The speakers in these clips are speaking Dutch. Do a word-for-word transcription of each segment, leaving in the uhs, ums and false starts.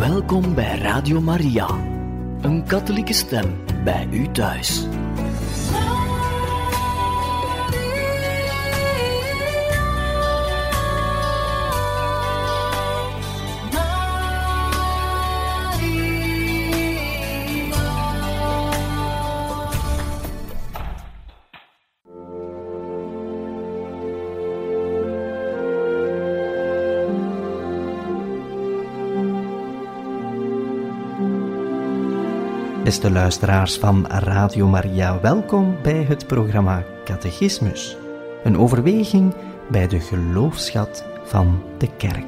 Welkom bij Radio Maria, een katholieke stem bij u thuis. Beste luisteraars van Radio Maria, welkom bij het programma Catechismus. Een overweging bij de geloofsschat van de Kerk.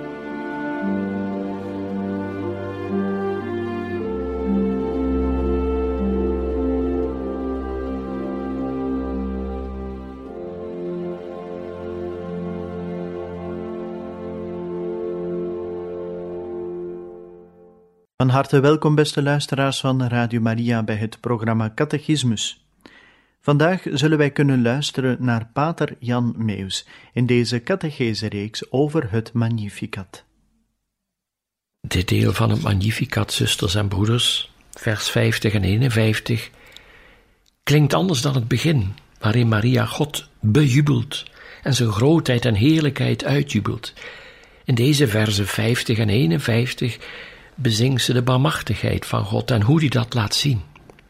Van harte welkom, beste luisteraars van Radio Maria, bij het programma Catechismus. Vandaag zullen wij kunnen luisteren naar pater Jan Meus in deze catechese-reeks over het Magnificat. Dit deel van het Magnificat, zusters en broeders, vers vijftig en eenenvijftig, klinkt anders dan het begin, waarin Maria God bejubelt en zijn grootheid en heerlijkheid uitjubelt. In deze versen vijftig en eenenvijftig bezingt ze de barmhartigheid van God en hoe hij dat laat zien.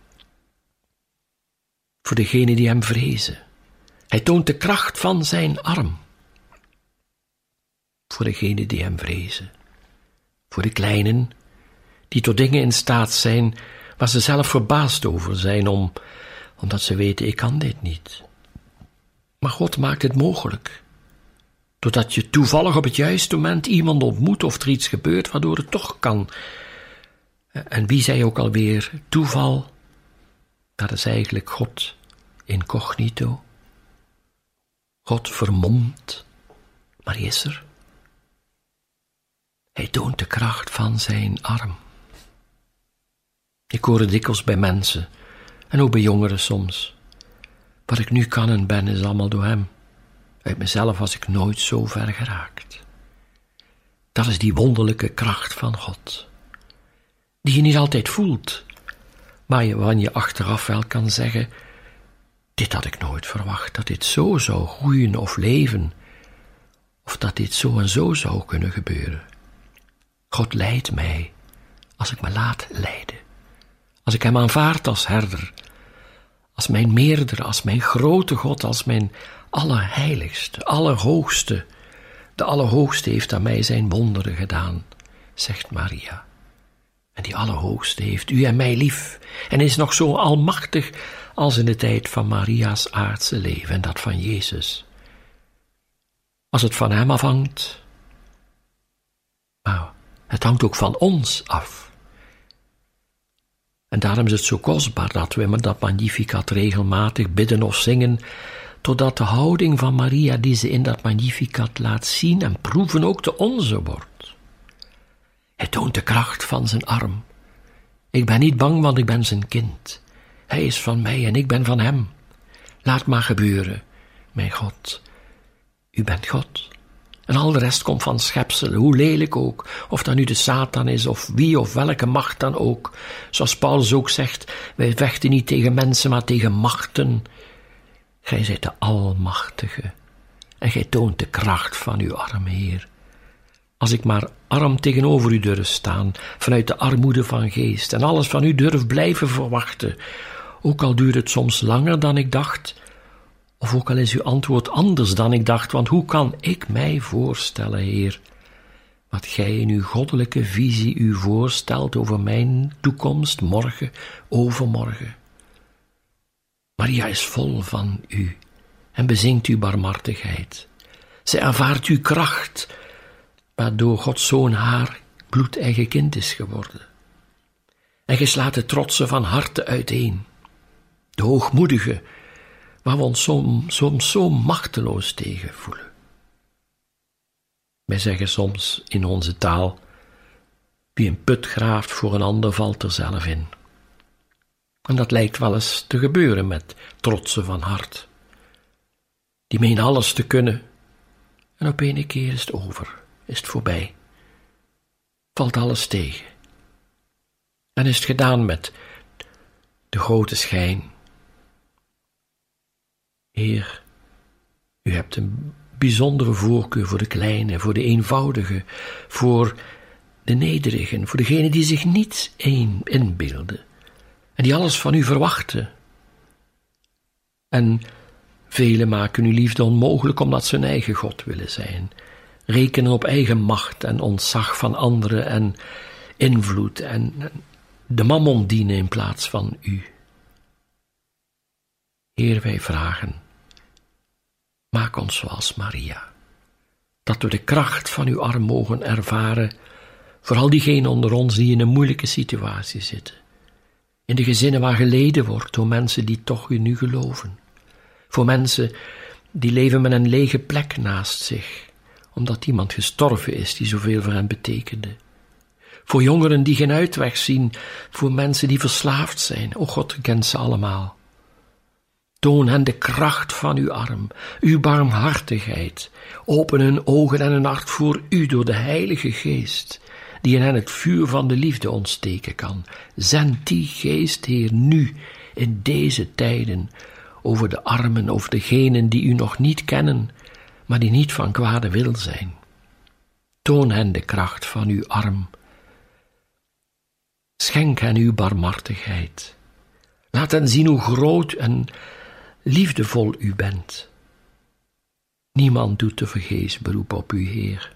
Voor degenen die hem vrezen. Hij toont de kracht van zijn arm. Voor degenen die hem vrezen. Voor de kleinen die tot dingen in staat zijn waar ze zelf verbaasd over zijn, om, omdat ze weten, ik kan dit niet. Maar God maakt het mogelijk. Doordat je toevallig op het juiste moment iemand ontmoet of er iets gebeurt waardoor het toch kan. En wie zei ook alweer, toeval, dat is eigenlijk God incognito. God vermomd, maar hij is er. Hij toont de kracht van zijn arm. Ik hoor het dikwijls bij mensen, en ook bij jongeren soms. Wat ik nu kan en ben, is allemaal door hem. Uit mezelf was ik nooit zo ver geraakt. Dat is die wonderlijke kracht van God. Die je niet altijd voelt, maar je, waarvan je achteraf wel kan zeggen, dit had ik nooit verwacht, dat dit zo zou groeien of leven, of dat dit zo en zo zou kunnen gebeuren. God leidt mij, als ik me laat leiden. Als ik hem aanvaard als herder, als mijn meerder, als mijn grote God, als mijn allerheiligste, allerhoogste. De Allerhoogste heeft aan mij zijn wonderen gedaan, zegt Maria. En die Allerhoogste heeft u en mij lief en is nog zo almachtig als in de tijd van Maria's aardse leven en dat van Jezus. Als het van hem afhangt, maar het hangt ook van ons af. En daarom is het zo kostbaar dat we met dat Magnificat regelmatig bidden of zingen, totdat de houding van Maria die ze in dat Magnificat laat zien en proeven ook de onze wordt. Hij toont de kracht van zijn arm. Ik ben niet bang, want ik ben zijn kind. Hij is van mij en ik ben van hem. Laat maar gebeuren, mijn God. U bent God. En al de rest komt van schepselen, hoe lelijk ook. Of dat nu de Satan is, of wie of welke macht dan ook. Zoals Paulus ook zegt, wij vechten niet tegen mensen, maar tegen machten. Gij zijt de Almachtige, en gij toont de kracht van uw arm, Heer. Als ik maar arm tegenover u durf staan, vanuit de armoede van geest, en alles van u durf blijven verwachten, ook al duurt het soms langer dan ik dacht, of ook al is uw antwoord anders dan ik dacht, want hoe kan ik mij voorstellen, Heer, wat gij in uw goddelijke visie u voorstelt over mijn toekomst, morgen, overmorgen. Maria is vol van u en bezingt uw barmhartigheid. Zij ervaart uw kracht, waardoor Gods Zoon haar bloedeigen kind is geworden. En gij slaat de trotsen van harte uiteen, de hoogmoedige, waar we ons soms, soms zo machteloos tegen voelen. Wij zeggen soms in onze taal, wie een put graaft voor een ander valt er zelf in. En dat lijkt wel eens te gebeuren met trotsen van hart. Die menen alles te kunnen. En op een keer is het over, is het voorbij. valt alles tegen. En is het gedaan met de grote schijn. Heer, u hebt een bijzondere voorkeur voor de kleine, voor de eenvoudige, voor de nederigen, voor degenen die zich niets een inbeelden en die alles van u verwachten. En velen maken uw liefde onmogelijk omdat ze hun eigen God willen zijn, rekenen op eigen macht en ontzag van anderen en invloed en de mammon dienen in plaats van u. Heer, wij vragen, maak ons zoals Maria, dat we de kracht van uw arm mogen ervaren, vooral diegenen onder ons die in een moeilijke situatie zitten, in de gezinnen waar geleden wordt door mensen die toch in u geloven, voor mensen die leven met een lege plek naast zich, omdat iemand gestorven is die zoveel voor hen betekende, voor jongeren die geen uitweg zien, voor mensen die verslaafd zijn. O God, u kent ze allemaal. Toon hen de kracht van uw arm, uw barmhartigheid. Open hun ogen en hun hart voor u door de Heilige Geest, die in hen het vuur van de liefde ontsteken kan. Zend die Geest, Heer, nu, in deze tijden, over de armen, over degenen die u nog niet kennen, maar die niet van kwade wil zijn. Toon hen de kracht van uw arm. Schenk hen uw barmhartigheid. Laat hen zien hoe groot en liefdevol u bent. Niemand doet tevergeefs beroep op u, Heer.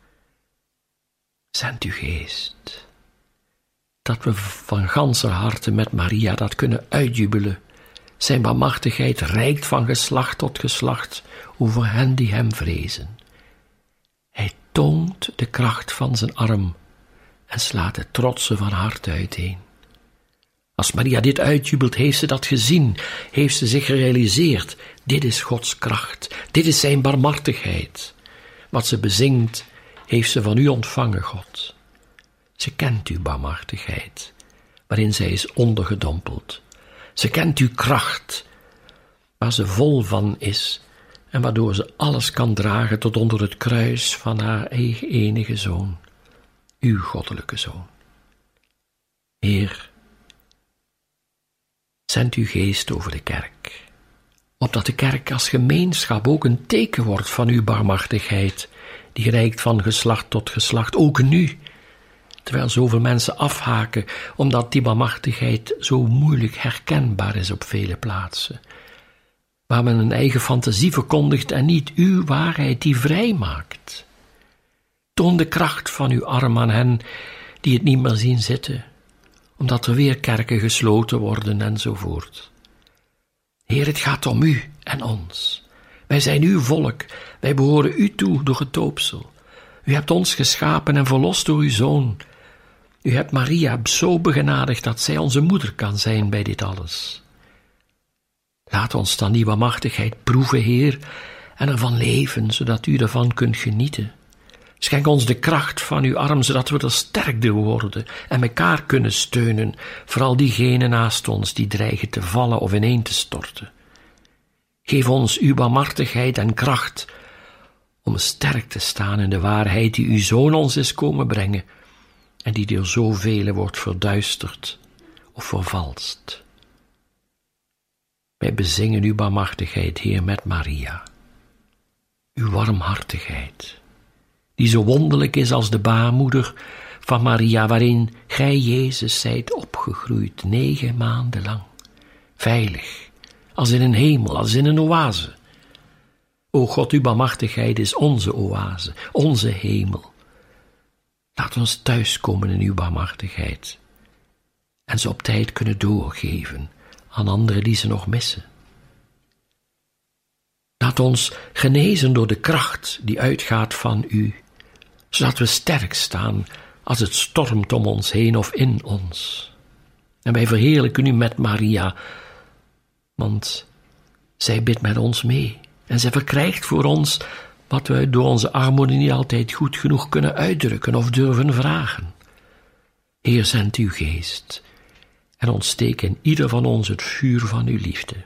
Zend uw Geest, dat we van ganser harte met Maria dat kunnen uitjubelen. Zijn barmhartigheid reikt van geslacht tot geslacht over hen die hem vrezen. Hij toont de kracht van zijn arm en slaat de trotsen van hart uiteen. Als Maria dit uitjubelt, heeft ze dat gezien, heeft ze zich gerealiseerd. Dit is Gods kracht, dit is zijn barmhartigheid. Wat ze bezingt, heeft ze van u ontvangen, God. Ze kent uw barmhartigheid, waarin zij is ondergedompeld. Ze kent uw kracht, waar ze vol van is en waardoor ze alles kan dragen tot onder het kruis van haar eigen enige Zoon, uw goddelijke Zoon. Heer, zend uw Geest over de kerk, opdat de kerk als gemeenschap ook een teken wordt van uw barmhartigheid, die reikt van geslacht tot geslacht, ook nu, terwijl zoveel mensen afhaken, omdat die barmhartigheid zo moeilijk herkenbaar is op vele plaatsen, waar men een eigen fantasie verkondigt en niet uw waarheid die vrij maakt. Toon de kracht van uw arm aan hen die het niet meer zien zitten, omdat er weer kerken gesloten worden enzovoort. Heer, het gaat om u en ons. Wij zijn uw volk, wij behoren u toe door het doopsel. U hebt ons geschapen en verlost door uw Zoon. U hebt Maria zo begenadigd dat zij onze moeder kan zijn bij dit alles. Laat ons dan die barmhartigheid proeven, Heer, en ervan leven, zodat u ervan kunt genieten. Schenk ons de kracht van uw arm, zodat we er sterker worden en elkaar kunnen steunen, vooral diegenen naast ons die dreigen te vallen of ineen te storten. Geef ons uw barmhartigheid en kracht om sterk te staan in de waarheid die uw Zoon ons is komen brengen en die door zoveel wordt verduisterd of vervalst. Wij bezingen uw barmhartigheid, Heer, met Maria, uw warmhartigheid, die zo wonderlijk is als de baarmoeder van Maria, waarin gij, Jezus, zijt opgegroeid negen maanden lang, veilig, als in een hemel, als in een oase. O God, uw barmhartigheid is onze oase, onze hemel. Laat ons thuiskomen in uw barmhartigheid en ze op tijd kunnen doorgeven aan anderen die ze nog missen. Laat ons genezen door de kracht die uitgaat van u, zodat we sterk staan als het stormt om ons heen of in ons. En wij verheerlijken u met Maria, want zij bidt met ons mee en zij verkrijgt voor ons wat we door onze armoede niet altijd goed genoeg kunnen uitdrukken of durven vragen. Heer, zend uw Geest en ontsteek in ieder van ons het vuur van uw liefde.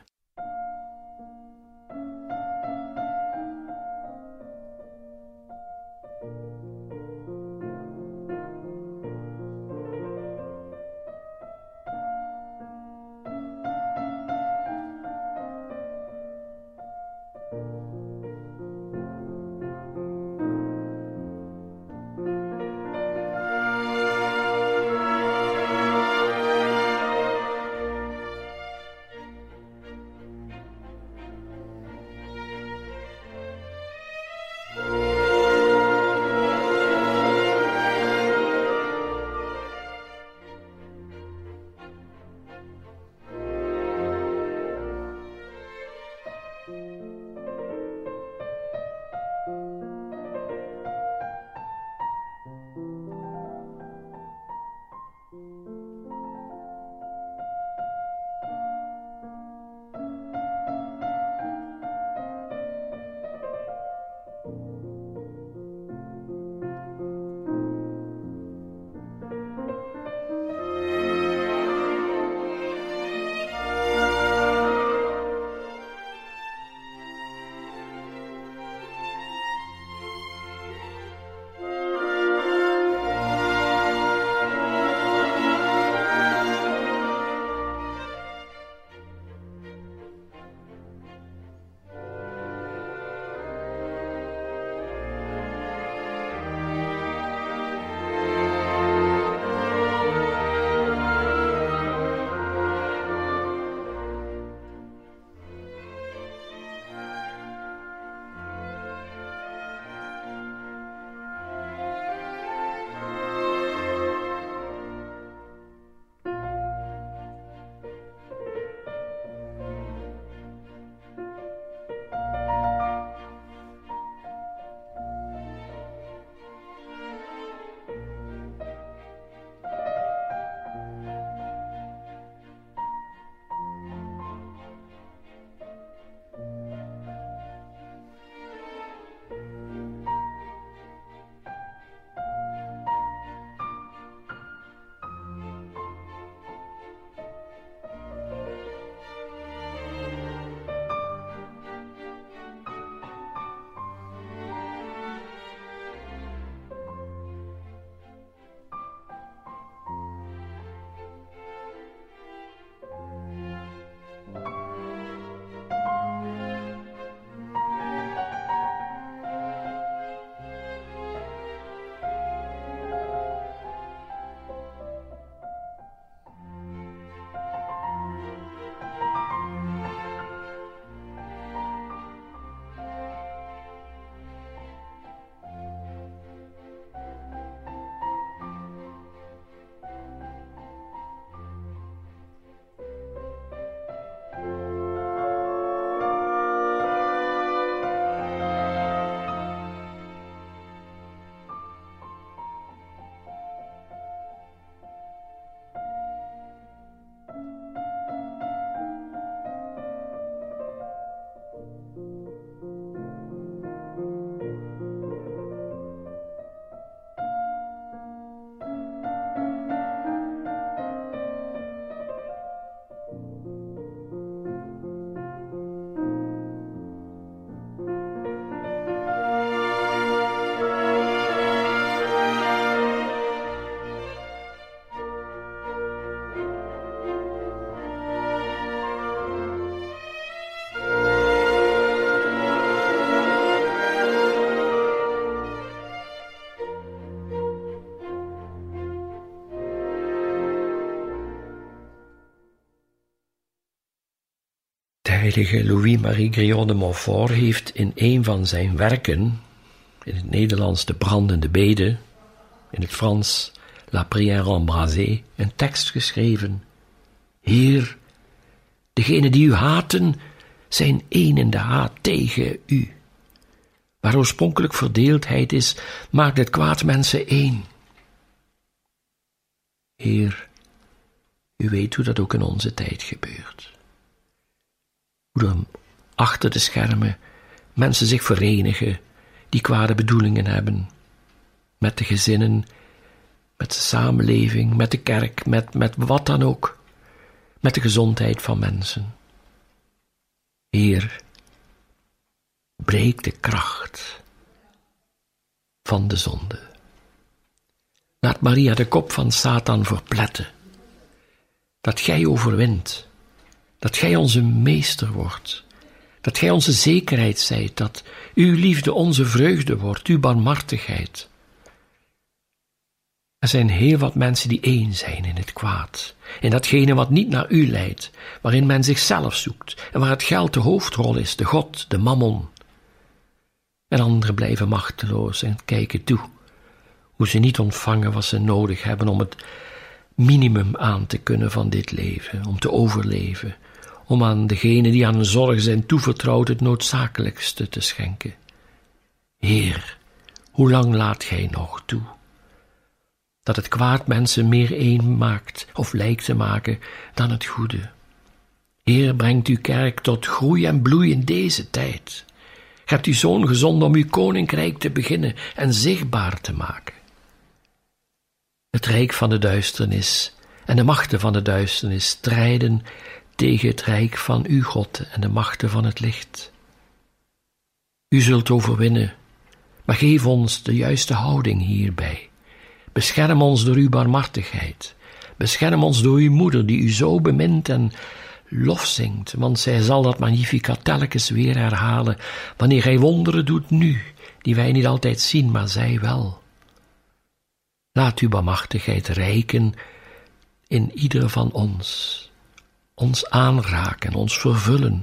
heilige Louis-Marie Grillon de Montfort heeft in een van zijn werken, in het Nederlands de brandende bede, in het Frans La prière embrasée, een tekst geschreven. Heer, degenen die u haten, zijn één in de haat tegen u. Waar oorspronkelijk verdeeldheid is, maakt het kwaad mensen één. Heer, u weet hoe dat ook in onze tijd gebeurt. Hoe er achter de schermen mensen zich verenigen die kwade bedoelingen hebben. Met de gezinnen, met de samenleving, met de kerk, met, met wat dan ook. Met de gezondheid van mensen. Heer, breek de kracht van de zonde. Laat Maria de kop van Satan verpletten. Dat gij overwint. Dat gij onze meester wordt. Dat gij onze zekerheid zijt. Dat uw liefde onze vreugde wordt. Uw barmhartigheid. Er zijn heel wat mensen die één zijn in het kwaad. In datgene wat niet naar u leidt. Waarin men zichzelf zoekt. En waar het geld de hoofdrol is. De God, de mammon. En anderen blijven machteloos en kijken toe. Hoe ze niet ontvangen wat ze nodig hebben om het minimum aan te kunnen van dit leven. Om te overleven. Om aan degenen die aan hun zorgen zijn toevertrouwd het noodzakelijkste te schenken. Heer, hoe lang laat gij nog toe? Dat het kwaad mensen meer één maakt, of lijkt te maken, dan het goede. Heer, brengt uw kerk tot groei en bloei in deze tijd. Gij hebt uw zoon gezonden om uw koninkrijk te beginnen en zichtbaar te maken. Het rijk van de duisternis en de machten van de duisternis strijden tegen het rijk van uw God en de machten van het licht. U zult overwinnen, maar geef ons de juiste houding hierbij. Bescherm ons door uw barmhartigheid. Bescherm ons door uw moeder, die u zo bemint en lof zingt, want zij zal dat Magnificat telkens weer herhalen, wanneer gij wonderen doet nu, die wij niet altijd zien, maar zij wel. Laat uw barmhartigheid rijken in ieder van ons, ons aanraken, ons vervullen.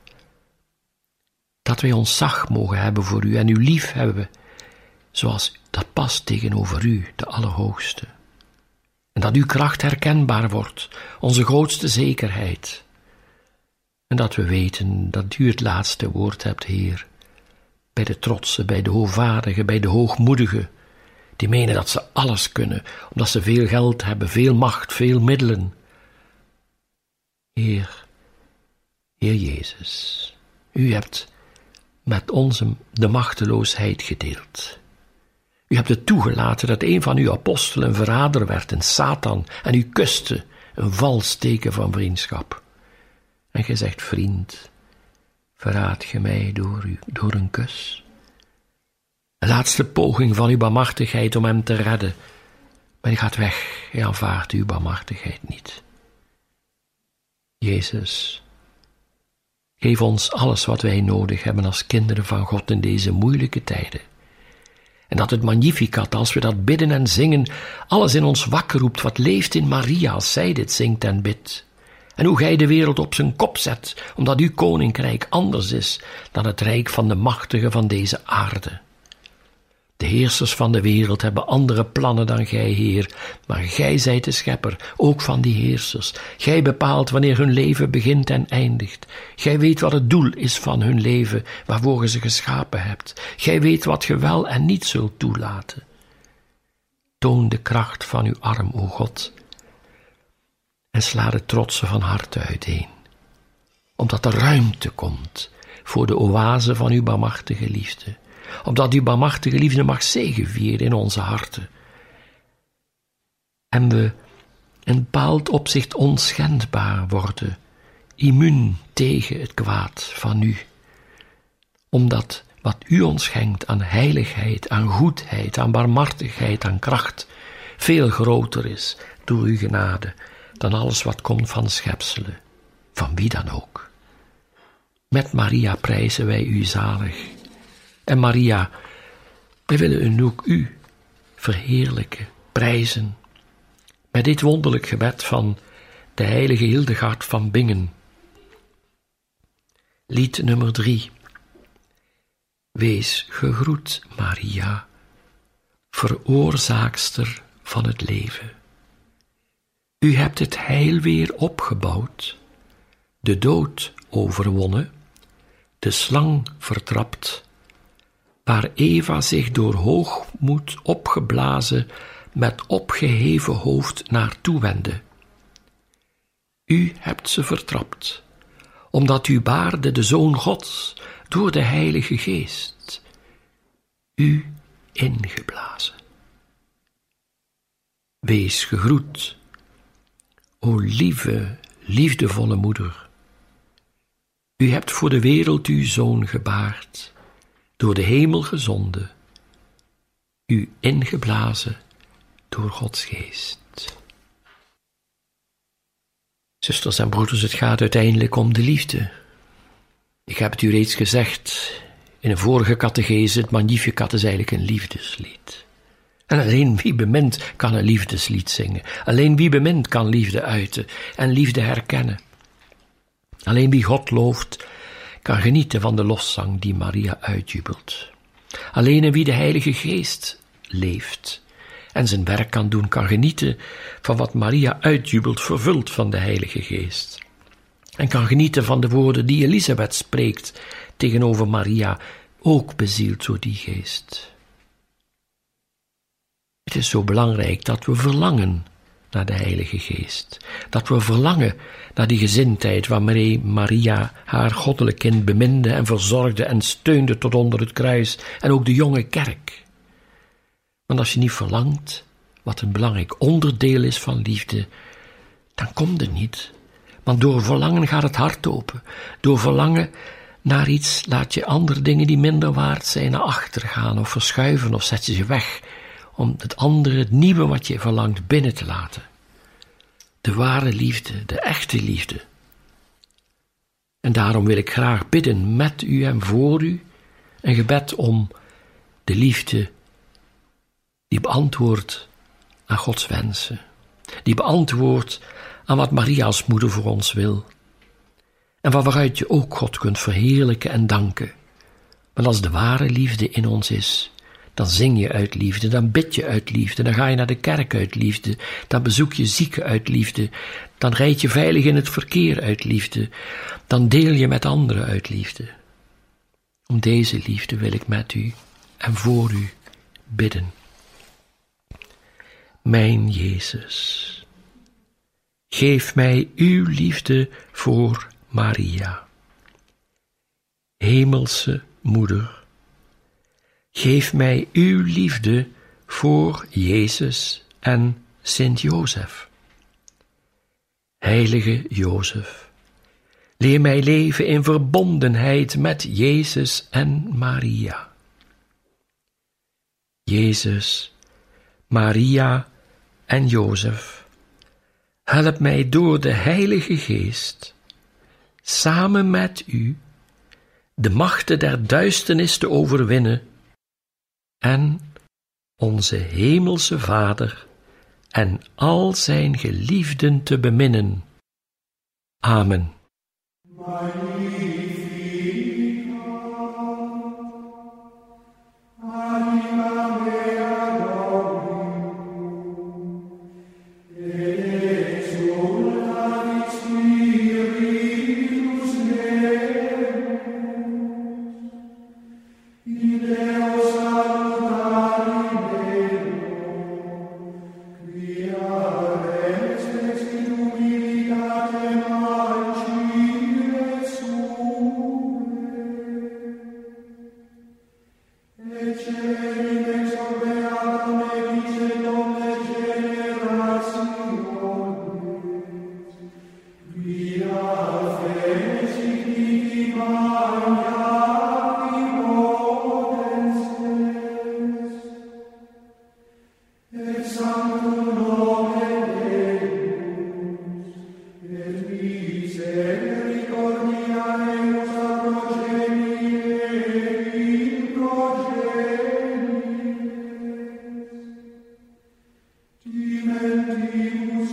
Dat wij ons zacht mogen hebben voor u en u lief hebben, zoals dat past tegenover u, de Allerhoogste. En dat uw kracht herkenbaar wordt, onze grootste zekerheid. En dat we weten dat u het laatste woord hebt, Heer, bij de trotse, bij de hoogvaardigen, bij de hoogmoedigen, die menen dat ze alles kunnen, omdat ze veel geld hebben, veel macht, veel middelen. Heer, Heer Jezus, u hebt met ons de machteloosheid gedeeld. U hebt het toegelaten dat een van uw apostelen een verrader werd, een Satan, en u kuste, een vals teken van vriendschap. En gij zegt, vriend, verraad ge mij door, u, door een kus? Een laatste poging van uw barmhartigheid om hem te redden, maar hij gaat weg, hij aanvaardt uw barmhartigheid niet. Jezus, geef ons alles wat wij nodig hebben als kinderen van God in deze moeilijke tijden. En dat het Magnificat, als we dat bidden en zingen, alles in ons wakker roept wat leeft in Maria als zij dit zingt en bidt. En hoe gij de wereld op zijn kop zet, omdat uw koninkrijk anders is dan het rijk van de machtigen van deze aarde. De heersers van de wereld hebben andere plannen dan gij, Heer, maar gij zijt de schepper, ook van die heersers. Gij bepaalt wanneer hun leven begint en eindigt. Gij weet wat het doel is van hun leven, waarvoor ge ze geschapen hebt. Gij weet wat ge wel en niet zult toelaten. Toon de kracht van uw arm, o God, en sla de trotsen van harte uiteen, omdat er ruimte komt voor de oase van uw barmhartige liefde, opdat uw barmhartige liefde mag zegevieren in onze harten, en we in bepaald opzicht onschendbaar worden, immuun tegen het kwaad van u, omdat wat u ons schenkt aan heiligheid, aan goedheid, aan barmhartigheid, aan kracht, veel groter is door uw genade dan alles wat komt van schepselen, van wie dan ook. Met Maria prijzen wij u zalig. En Maria, wij willen ook u verheerlijken, prijzen. Met dit wonderlijk gebed van de heilige Hildegard van Bingen. Lied nummer drie. Wees gegroet, Maria, veroorzaakster van het leven. U hebt het heil weer opgebouwd, de dood overwonnen, de slang vertrapt, waar Eva zich door hoogmoed opgeblazen met opgeheven hoofd naartoe wendde. U hebt ze vertrapt, omdat u baarde de Zoon Gods door de Heilige Geest, u ingeblazen. Wees gegroet, o lieve, liefdevolle moeder. U hebt voor de wereld uw Zoon gebaard, door de hemel gezonden, u ingeblazen door Gods Geest. Zusters en broeders, het gaat uiteindelijk om de liefde. Ik heb het u reeds gezegd in een vorige catechese, het Magnificat is eigenlijk een liefdeslied. En alleen wie bemint kan een liefdeslied zingen. Alleen wie bemint kan liefde uiten en liefde herkennen. Alleen wie God looft kan genieten van de loszang die Maria uitjubelt. Alleen in wie de Heilige Geest leeft en zijn werk kan doen, kan genieten van wat Maria uitjubelt, vervuld van de Heilige Geest. En kan genieten van de woorden die Elisabeth spreekt tegenover Maria, ook bezield door die geest. Het is zo belangrijk dat we verlangen naar de Heilige Geest. Dat we verlangen naar die gezindheid waarmee Maria haar goddelijk kind beminde en verzorgde en steunde tot onder het kruis en ook de jonge kerk. Want als je niet verlangt, wat een belangrijk onderdeel is van liefde, dan komt het niet. Want door verlangen gaat het hart open. Door verlangen naar iets laat je andere dingen die minder waard zijn naar achter gaan of verschuiven of zet je ze weg om het andere, het nieuwe wat je verlangt binnen te laten. De ware liefde, de echte liefde. En daarom wil ik graag bidden met u en voor u een gebed om de liefde die beantwoordt aan Gods wensen. Die beantwoordt aan wat Maria als moeder voor ons wil. En van waaruit je ook God kunt verheerlijken en danken. Want als de ware liefde in ons is, dan zing je uit liefde, dan bid je uit liefde, dan ga je naar de kerk uit liefde, dan bezoek je zieken uit liefde, dan rijd je veilig in het verkeer uit liefde, dan deel je met anderen uit liefde. Om deze liefde wil ik met u en voor u bidden. Mijn Jezus, geef mij uw liefde voor Maria, hemelse moeder. Geef mij uw liefde voor Jezus en Sint Jozef. Heilige Jozef, leer mij leven in verbondenheid met Jezus en Maria. Jezus, Maria en Jozef, help mij door de Heilige Geest, samen met u, de machten der duisternis te overwinnen en onze hemelse Vader en al zijn geliefden te beminnen. Amen.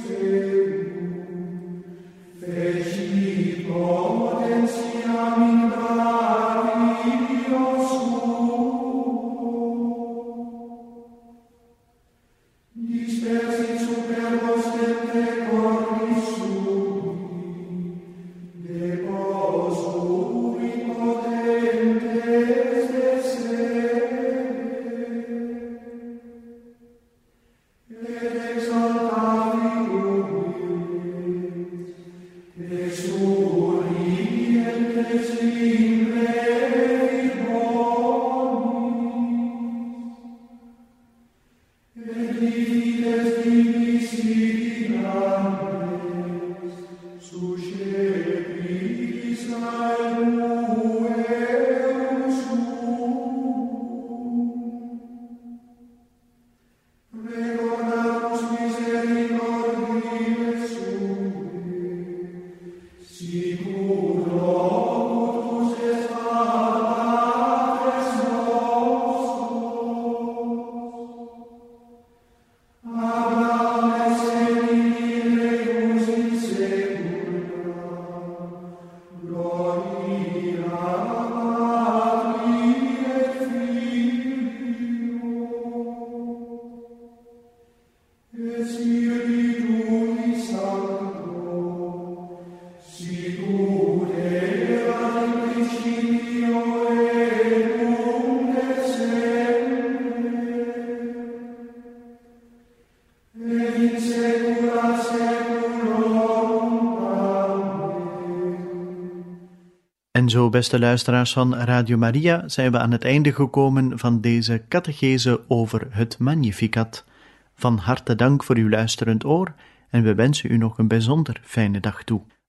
Feci potens En zo, beste luisteraars van Radio Maria, zijn we aan het einde gekomen van deze catechese over het Magnificat. Van harte dank voor uw luisterend oor en we wensen u nog een bijzonder fijne dag toe.